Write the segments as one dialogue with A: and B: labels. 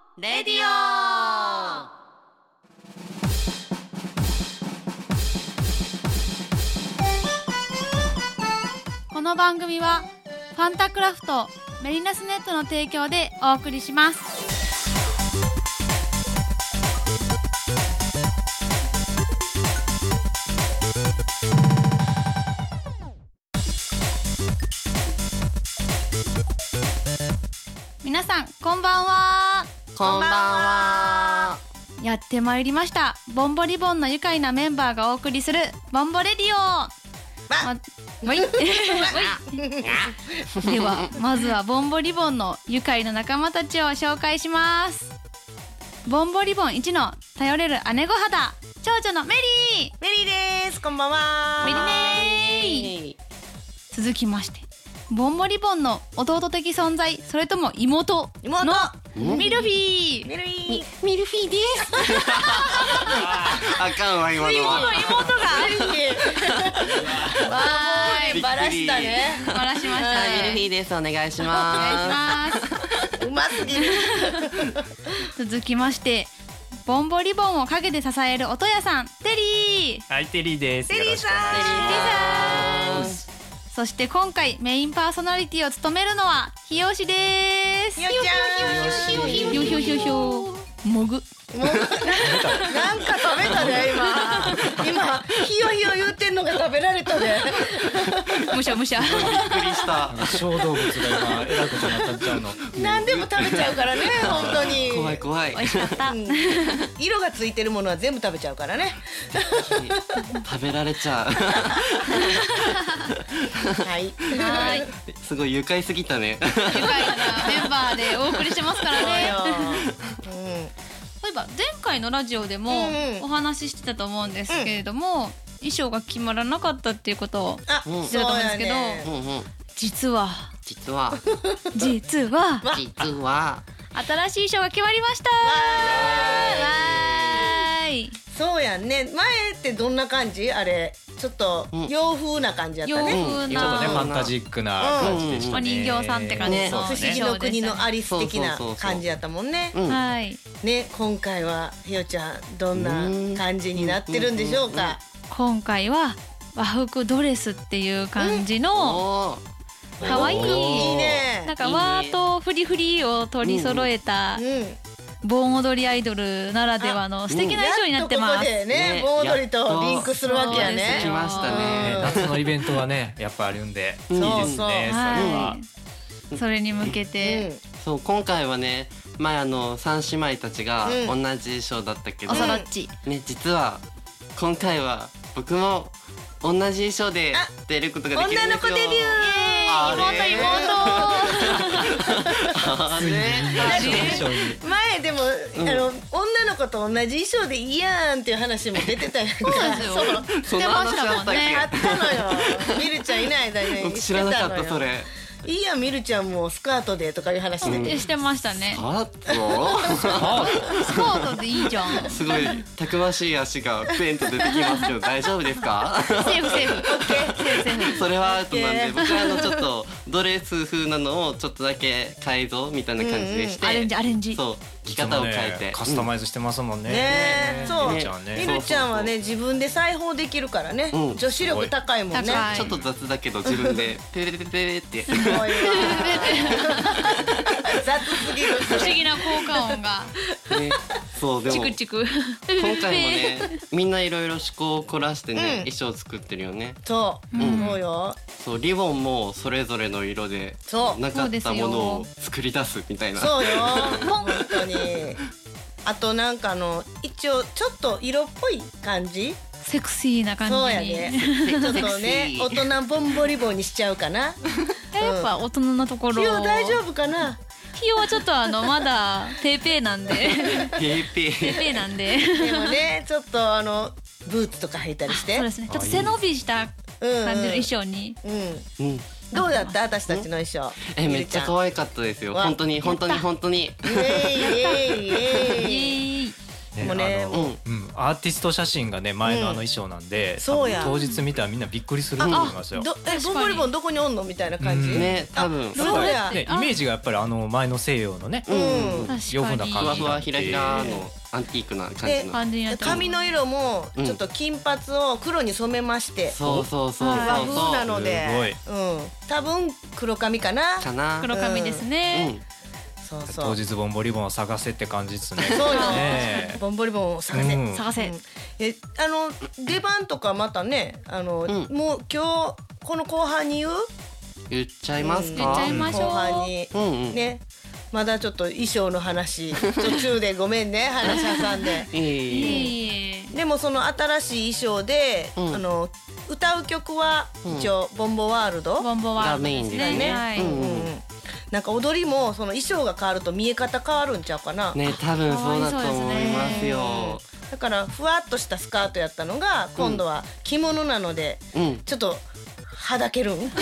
A: レディオ。
B: この番組はファンタクラフトメリナスネットの提供でお送りします。皆さんこんばんは。
A: こんばんは。
B: やってまいりましたボンボリボンの愉快なメンバーがお送りするボンボレディオ。ではまずはボンボリボンの愉快な仲間たちを紹介します。ボンボリボン1の頼れる姉御肌、長女のメリー。
A: メリーです。こんばんは。
B: メリねー。続きましてボンボリボンの弟的存在、それとも妹のミルフィー。
A: ミルフィー。
C: ミルフィーです。あかんわ今のは。
B: 妹がわーい、
A: バラしたね。
B: バラしました
C: ミルフ
B: ね。
C: ィーです。お願いし
B: お
C: ます。
B: 願いします。
A: うますぎる。
B: 続きましてボンボリボンを陰で支える音屋さん、テリー。
D: はい、テリーです。
A: テリーさん。
B: テリーさん。そして今回メインパーソナリティを務めるのはひよしです。
A: ひよちゃん。
B: ひよひよひよひよもぐ。
A: なんか食べたね今ひよひよ言ってんのが食べられたね。
B: むしゃむしゃ。
C: びっくりした。
D: 小動物が今えらいことになったんちゃうの。
A: 何でも食べちゃうからね、本当に。
C: 怖い怖い。
B: 美味しかった。
A: 色がついてるものは全部食べちゃうからね。
C: 食べられちゃう。
A: はい
B: はい。
C: すごい愉快すぎたね。
B: 愉快なメンバーでお送りしてますからね。そういえば前回のラジオでもお話ししてたと思うんですけれども、衣装が決まらなかったっていうことを
A: あ、
B: 言ってたと思うんですけど、実は
C: 実は
B: 新しい衣装が決まりました。わーい。
A: そうやんね。前ってどんな感じ？あれちょっと洋風な感じやったね。
B: 洋風
D: ちょっとねフ
B: な
D: ァンタジックな感じでしたね。
B: お人形さんって感じの
A: 不思議の国のアリス的な感じやったもんね。
B: はい。
A: ね、今回はひよちゃんどんな感じになってるんでしょうか。
B: 今回は和服ドレスっていう感じの可愛い
A: いいね。
B: なんかワーとフリフリを取り揃えた盆踊りアイドルならではの素敵な衣装になってます。
A: ここでね、盆踊りとリンクするわけやね。
C: 来ましたね。
D: 夏のイベントはねやっぱあるんでいいですね。それは。
B: それに向けて
C: そう今回はね、前三姉妹たちが同じ衣装だったけど
B: おそろっち
C: ね、実は今回は僕も同じ衣装で出ることができるんですよ。
A: 女の子デビュー。前でも女の子と同じ衣装でいいやんっていう話も出てたやんか。
C: そんな話あったっ
A: あったのよ。ミルちゃんいない間に
C: け？知らなかったそれ。
A: いいやミルちゃんもスカートでとかいう話で
B: してましたね。
C: スカー
B: トでいいじゃん。
C: すごいたくましい足がペンと出てきますけど大丈夫ですか？
B: セーフ。
C: それはアウトなんで、僕はちょっとドレス風なのをちょっとだけ改造みたいな感じでして、
B: アレンジ。
C: そう着方を変えて
D: カスタマイズしてますもんね。
A: ね、そう。ミル
D: ね
A: ちゃんはね自分で裁縫できるからね。女子力高いもんね。
C: ちょっと雑だけど自分でペレペレペレって。
A: すごいわ。雑すぎる。
B: 不思議な効果音が。
C: そうでも
B: チク。
C: 今回もねみんないろいろ試行を凝らしてね衣装を作ってるよね。
A: そうよ。
C: そうリボンもそれぞれの色でなかったものを作り出すみたいな。
A: そうよ。本当に。あとなんか一応ちょっと色っぽい感じ。
B: セクシーな感じに。
A: そうやね。ちょっとね大人ボンボリボンにしちゃうかな。
B: やっぱ大人のところ。
A: ひよ大丈夫かな。
B: ひよはちょっとまだペーペーなんで。
C: ペーペ
B: ーなんで。
A: でもねちょっとブーツとか履いたりして。
B: そうですね。ちょっと背伸びした感じの衣装に。
A: どうだった私たちの衣装。
C: めっちゃ可愛かったですよ。本当に。
A: もうね、
D: アーティスト写真がね前の衣装なんで、
A: そうや
D: 当日見たらみんなびっくりすると思いますよ。
A: ボンボリボンどこにおんのみたいな感じ
C: ね、多分
A: そうや
D: イメージがやっぱり前の西洋のね、洋風な感じ
C: ふわふわひらひらのアンティークな感じの
A: 髪の色もちょっと金髪を黒に染めまして、
C: そうそうそう
A: 和風なので、多分黒髪かな。
B: 黒髪ですね。
A: そうそう。
D: 当日ボンボリボンを探せって感じですね。
A: そうよ。ボンボリボンを探せ。
B: 探せ。
A: 出番とかまたね、もう今日この後半に
C: 言っちゃいますか。
B: 言っちゃいましょう。
A: 後半にね。まだちょっと衣装の話途中でごめんね話挟んででもその新しい衣装で、歌う曲は一応ボンボワールド
B: がメインです
A: ね。なんか踊りもその衣装が変わると見え方変わるんちゃうかな。
C: ね、多分そうだと思いますよ。
A: だからふわっとしたスカートやったのが今度は着物なのでちょっとはだけるん。大人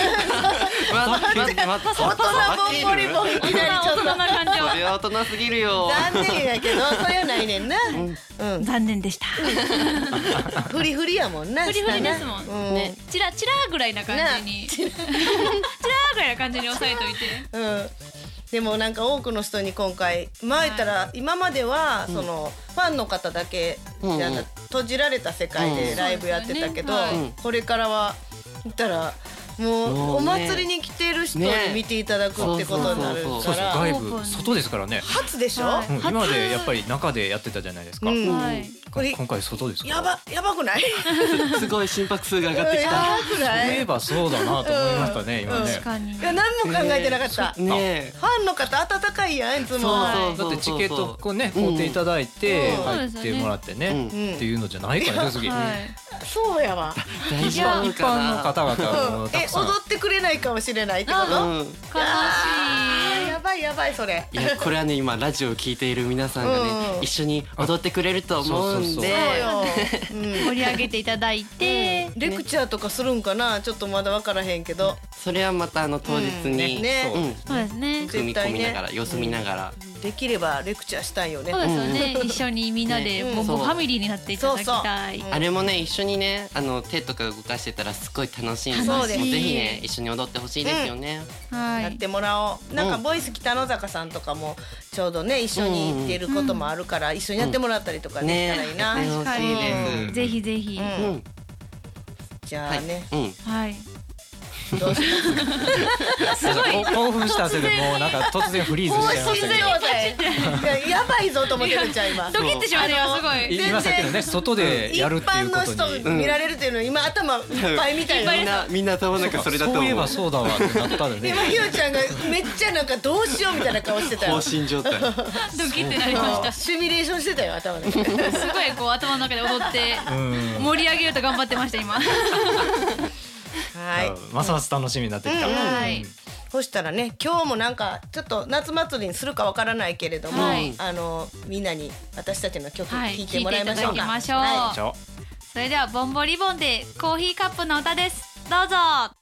A: ボンボリボンいきなりちょっと
B: 大人な感情。
C: それは大人すぎるよ。
A: 残念やけどそれはないねんな。
B: 残念でした。
A: フリフリやもんな。
B: フリフリですもんね。チラチラぐらいな感じに。チラぐらいな感じに押さえといて。
A: でもなんか多くの人に今回前ったら今まではそのファンの方だけ閉じられた世界でライブやってたけど、これからは言ったらもうお祭りに来てる人に見ていただくってことになるから、
D: 外部外ですからね。
A: 初でしょ。
D: 今までやっぱり中でやってたじゃないですか。今回外ですか。
A: やばくない？
C: すごい心拍数が上がってきた。
A: やばくない？
D: そういえばそうだなと思いましたね今ね。
B: 確かに。
A: いや何も考えてなかった。
C: ね、
A: ファンの方温かいやんいつも。
D: だってチケットこうね買っていただいて入ってもらってねっていうのじゃないからね次。
A: そうやわ。
D: 一般の方々もたくさん。
A: 踊ってくれないかもしれないってこと？
B: 悲しい。
A: やばいそれ。
C: いやこれはね今ラジオを聞いている皆さんがね一緒に踊ってくれると思うんで
B: 盛り上げていただいて
A: レクチャーとかするんかなちょっとまだ分からへんけど、
C: それはまた当日に
B: そうですね
C: 組み込みながら様子見ながら
A: できればレクチャーしたいよね。
B: そうですよね。一緒にみんなでボンボンファミリーになっていただきたい。
C: あれもね一緒にね手とか動かしてたらすごい楽しいんで、もうぜひね一緒に踊ってほしいですよね。
A: やってもらおう。なんかボイス北野坂さんとかもちょうどね一緒に出ることもあるから一緒にやってもらったりとかねしたらいいな。
B: 確かにぜひぜひ。
A: じゃあね。
B: はい。
A: どうします
D: すごい興奮したせいでもうなんか突然フリーズしちゃいましたけど。
A: やばいぞと思ってるんちゃう今。
B: ドキッてしまいますすごい。
D: 今さっきのね外でやるっていうことに。
A: 一般の人見られるっていうの今頭いっぱいみたいな。
C: みんな頭の中それだと思う。
D: そういえばそうだわってなったんでね。
A: 今ひよちゃんがめっちゃなんかどうしようみたいな顔してたよ。
C: 放心状態。
B: ドキッてなりました。
A: シミュレーションしてたよ頭で。すごい
B: こう頭の中で踊って盛り上げようと頑張ってました今。
A: はい、
D: ますます楽しみになってきた。
A: そしたらね今日もなんかちょっと夏祭りにするかわからないけれども、みんなに私たちの曲聴いてもらいましょうか。
B: それではボンボリボンでコーヒーカップの歌です。どうぞ。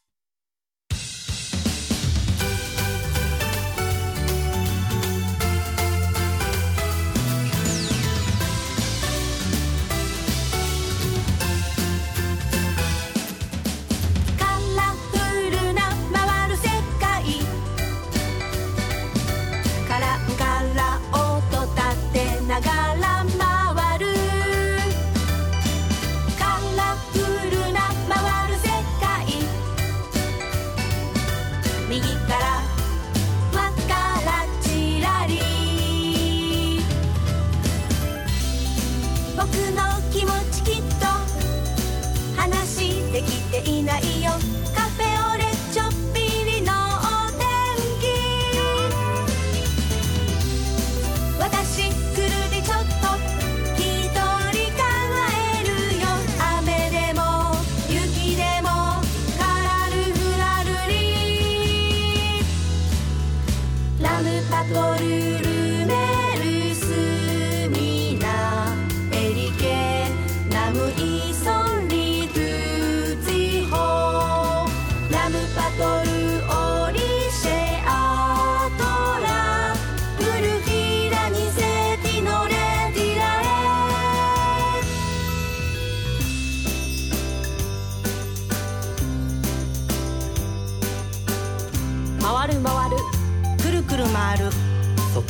E: ながら回るカラフルな回る世界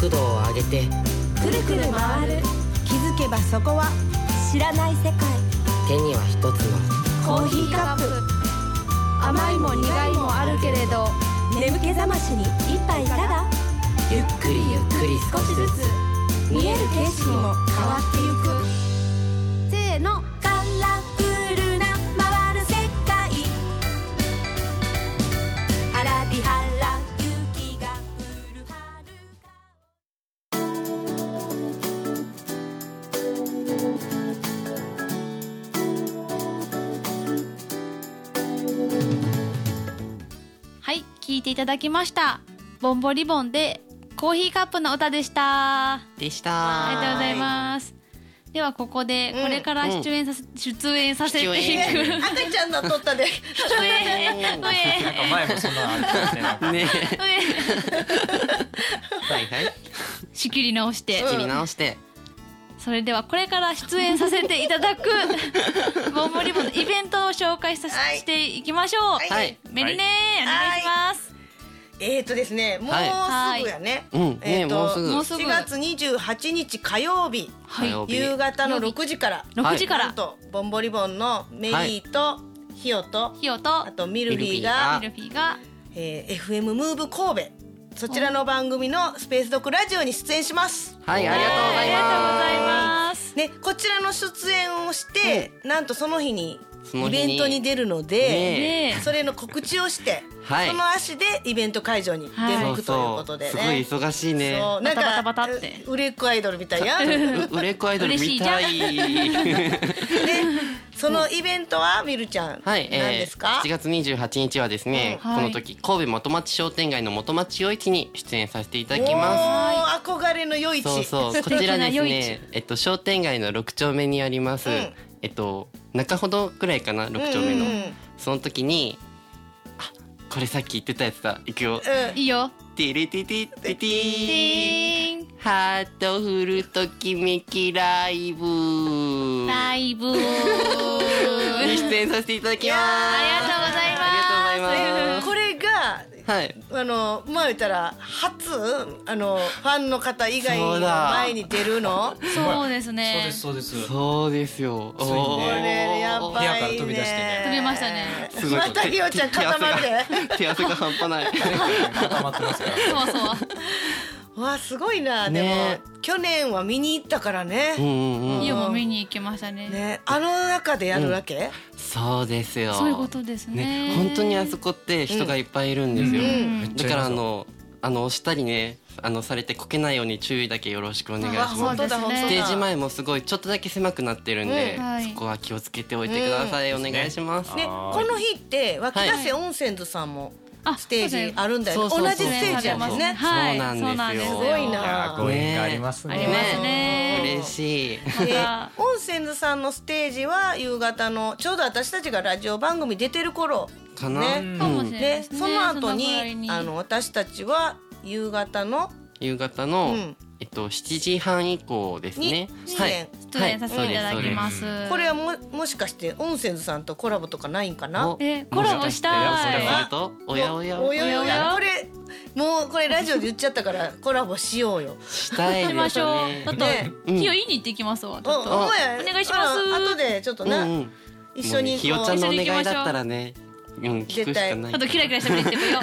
F: 速度を上げて
E: くるくる回る気づけばそこは知らない世界。
F: 手には一つの
E: コーヒーカップ。甘いも苦いもあるけれど眠気覚ましに一杯ただ。
F: ゆっくりゆっくり
E: 少しずつ見える景色も変わってゆく。せーの、カラフルな回る世界。花火原雪が降る
B: はい、聞いていただきました。ボンボリボンでコーヒーカップの歌でした。ありがとうございます。ではここでこれから出演させていく、
A: 赤ちゃんの撮ったで
D: なんか前もそんなのあったね。
C: はいはい。
B: 仕切り直して
C: 仕切り直して。
B: それではこれから出演させていただくボンボリボンのイベントを紹介していきましょう。
C: はい。
B: メリネーお願いします。
A: ですね、もうすぐやね。
C: もうすぐ。
A: 4月28日火曜日、夕方の6時から。なんとボンボリボンのメリーとヒヨとあとミルフィーが FM ムーブ神戸、そちらの番組のスペースドッグラジオに出演します。
C: はい、ありがとうございます。
A: ね、こちらの出演をして、なんとその日にイベントに出るので、それの告知をして、その足でイベント会場に出向くということでね。
C: すごい忙しいね。
A: なんか売れっ子アイドルみたいや。
C: 売れっ子アイドルみたい。
A: そのイベントはみるちゃん何ですか
C: ？7月28日はですね、この時神戸元町商店街の元町夜市に出演させていただきます。
A: 憧れの夜市。
C: そうこちらですね、商店街の6丁目にあります。中ほどくらいかな、6丁目の。その時に、これさっき言ってたやつだ。いくよ。
B: いいよ。
C: ティリティティティティーン、ハートフルときめきライブに出演させていただきます。
B: ありがとうございます。
A: これがまあ言ったら初ファンの方以外の前に出るの。
B: そうですね。
D: そうです
C: よ。
D: ついにね、
A: やばいね。
D: 部屋から飛び出してね。
B: 飛びましたね。
A: またひよちゃん固まるで。
C: 手汗が半端ない。
D: 固まってますから。
A: そう。わあすごいな。でも去年は見に行ったからね。
B: いやもう見に行きましたね。
A: あの中でやるわけ？
C: そうですよ。
B: そういうことですね。
C: 本当にあそこって人がいっぱいいるんですよ。だから押したりね、されてこけないように注意だけよろしくお願いします。
B: ステ
C: ージ前もすごいちょっとだけ狭くなってるんで、そこは気をつけておいてください。お願いします。
A: この日って湧き出せ温泉図さんもステージあるんだよね。同じステージやもんね。
C: そうなんですよ。
A: すごいな。
D: ご縁がありますね。
B: ありますね。
C: 嬉しい。
A: 温泉図さんのステージは夕方のちょうど私たちがラジオ番組出てる頃
C: かな。
A: でその後に私たちは夕方の
C: 7時半以降ですね。
B: 出演させていただきます。
A: これはもしかして温泉図さんとコラボとかないんかな？
B: コラボしたい。
C: おやおや。
A: これラジオで言っちゃったからコラボしようよ。
C: したいですね。
B: しましょう。だってひよいに行ってきますわ。お願いします。
A: 後でちょっとね一緒に
C: ひよちゃんのお願いだったらね。聞くしかない。
B: あとキラキラしてくれてるよ。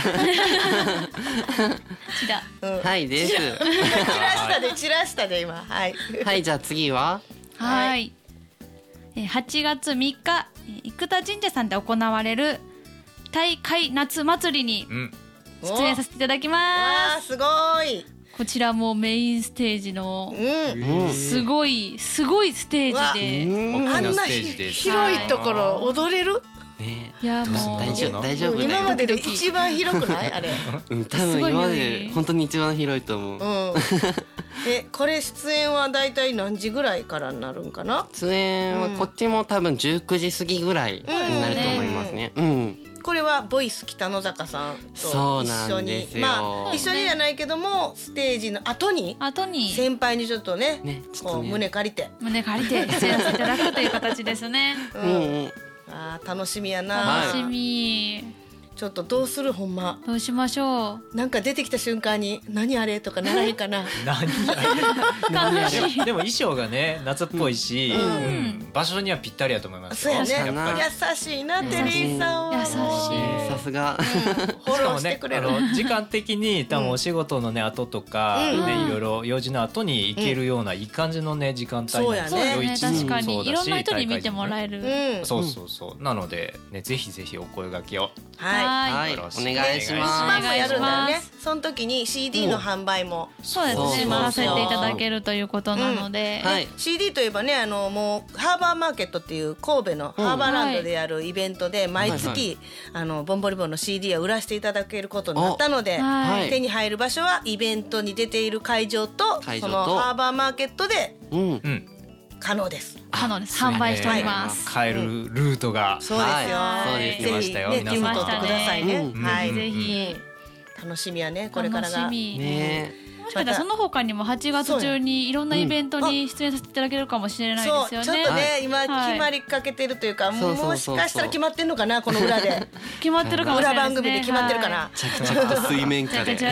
C: はいです。
A: 散らしたで今。
C: はい、じゃあ次は。
B: はい。8月3日生田神社さんで行われる大海夏祭りに出演させていただきます。
A: すごい。
B: こちらもメインステージのすごいステージで、
A: あんな広いところ踊れる？
B: いやもう
C: 大丈夫。
A: 今までで一番広くないあれ？
C: 多分今まで本当に一番広いと思う。
A: これ出演はだいたい何時ぐらいからになるんかな？
C: 出演はこっちも多分19時過ぎぐらいになると思いますね。
A: これはボイス北野坂さんと一緒に、一緒にじゃないけどもステージの後に先輩にちょっとね胸借りて
B: 出演させていただくという形ですね。
A: 楽しみやな。
B: 楽しみ。
A: ちょっとどうするほんま。
B: どうしましょう。
A: なんか出てきた瞬間に何あれとかならへんかな。
D: でも衣装がね夏っぽいし、場所にはぴったりやと思いますよ。
A: そうやね。優しいなテリーさんは。
B: 優しい。
C: さすが。
A: フォローしてくれる。
D: 時間的に多分お仕事のね後とかねいろいろ用事の後に行けるようないい感じのね時間帯なんですよ。
B: そうやね。確かにいろんな人に見てもらえる。
D: そうそうそう。なのでねぜひぜひお声掛けを。
C: はい。お願いします。
A: 今もやるんだよね。その時に CD の販売も
B: そうですね。させていただけるということなので。
A: CD といえばねもうハーバーマーケットっていう神戸のハーバーランドでやるイベントで毎月ボンボリボンの CD を売らせていただけることになったので、手に入る場所はイベントに出ている会場とそのハーバーマーケットで可能です。
B: 可能です。販売しております。
D: 買えるルートが
A: そうですよ。ぜひね手に取ってくださいね。
B: ぜひ
A: 楽しみやねこれからが。
B: 楽しみ。もしかしたらその他にも8月中にいろんなイベントに出演させていただけるかもしれないですよね。
A: ちょっとね今決まりかけてるというかもしかしたら決まってんのかなこの裏で。
B: 決まってるかもしれないですね。
A: 裏番組で決まってるかな。
C: ちゃんと水面下で。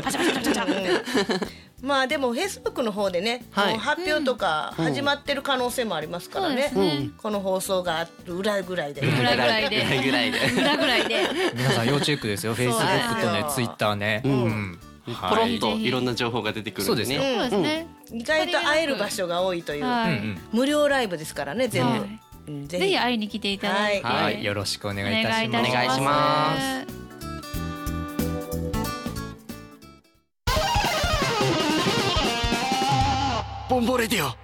A: まあでもフェイスブックの方でね発表とか始まってる可能性もありますからね。この放送が裏ぐらいで
B: 裏ぐらいで
D: 皆さん要チェックですよ。フェイスブックとねツイッターね。
C: ポロッといろんな情報が出てくるんでね。
A: 意外と会える場所が多いという無料ライブですからね全部。
B: ぜひ会いに来ていただいて
D: よろしくお願いいたします。
C: お願いします。ボンボレディオ。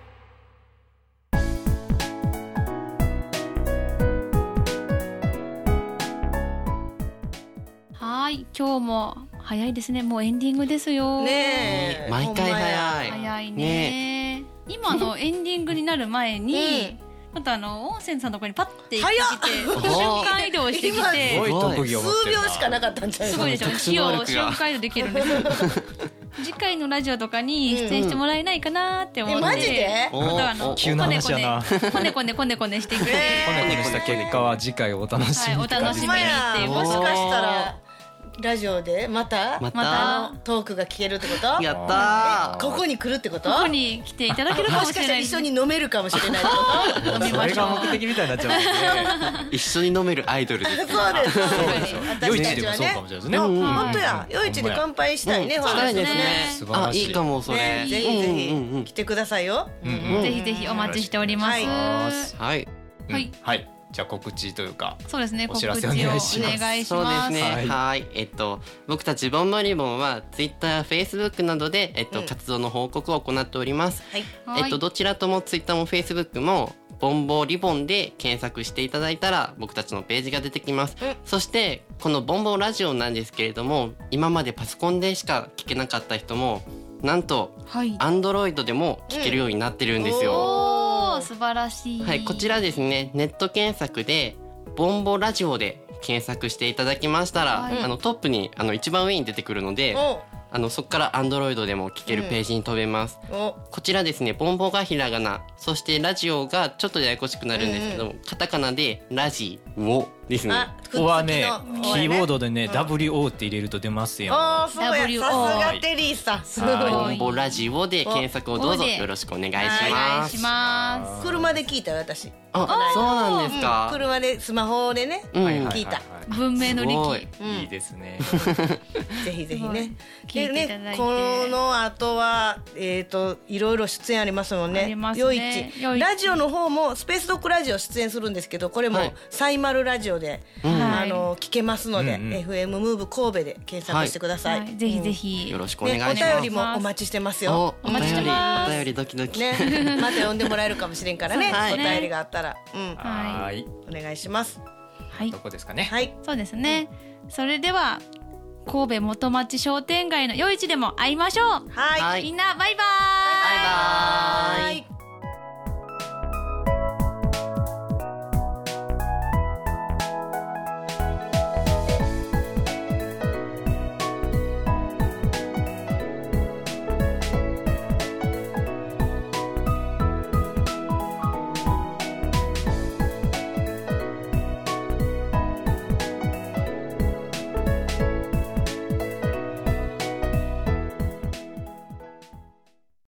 B: はい、今日も早いですね。もうエンディングですよ。
A: ねえ、
C: 毎回早い。
B: 早いね。今のエンディングになる前に、また温泉さんのところにパッて行ってきて、瞬間移動してきて、
A: 数秒しかなかったんじゃない
B: すごいでしょ。火を瞬間移動できるんですよ。次回のラジオとかに出演してもらえないかなって思って、
A: マジで？
D: 急な話やな。
B: こねこねしてきて、
D: こねこねした結果は次回お楽しみに。
B: お楽しみにって。
A: もしかしたらラジオでまたトークが聞けるってこと？
C: やったー。
A: ここに来るってこと？
B: ここに来ていただけるかもしれない。
A: もしかしたら一緒に飲めるかもしれないってこと？
D: それが目的みたいになっちゃうんですね。
C: 一緒に飲めるアイドルです。
A: そうです。
D: 夜市でもそうかもしれないですね。
A: 本当や。夜市で乾杯したいね。
C: したいですね。
D: 素晴らしい。
C: いいかもそれ。
A: ぜひぜひ来てくださいよ。
B: ぜひぜひお待ちしております。
C: はい
D: はい。じゃあ告知というか、
B: そうですね、
D: お知らせお願いします。
C: そうですね。はい。僕たちボンボリボンはツイッター、フェイスブックなどで活動の報告を行っております。どちらともツイッターもフェイスブックもボンボリボンで検索していただいたら僕たちのページが出てきます。そしてこのボンボラジオなんですけれども、今までパソコンでしか聞けなかった人もなんと Android でも聞けるようになってるんですよ。
B: 素晴らしい。
C: はい、こちらですね、ネット検索でボンボラジオで検索していただきましたら、トップに一番上に出てくるので、そこから Android でも聞けるページに飛べます。こちらですね、ボンボがひらがな、そしてラジオがちょっとややこしくなるんですけど、カタカナでラジオですね。
D: ここはね、キーボードでね、WO って入れると出ますよ。
A: そうや、さすがテリーさん。すごい。
C: ボンボラジオで検索をどうぞよろしくお願いします。
A: 車で聞いたよ私。
C: そうなんですか。
A: 車でスマホでね聞いた。
B: 文明の利器。
D: いいですね。
A: ぜひぜひね。
B: 聞いていただいて。
A: この後はいろいろ出演ありますもんね。夜市。ラジオの方もスペースドッグラジオ出演するんですけど、これもサイマルラジオで聞けますので、FM ムーブ神戸で検索してください。
B: ぜひぜひ
C: よろしくお願いします。
A: お便りもお待ちしてますよ。
B: お待ちしてます。
C: お便りドキドキ。
A: また呼んでもらえるかもしれんからね。お便りがあったら、
D: はい、
A: お願いします。
B: はい。
D: どこですかね。
A: はい。
B: そうですね。それでは神戸元町商店街の夜市でも会いましょう。
A: はい。
B: みんなバイバイ。
C: バイバイ。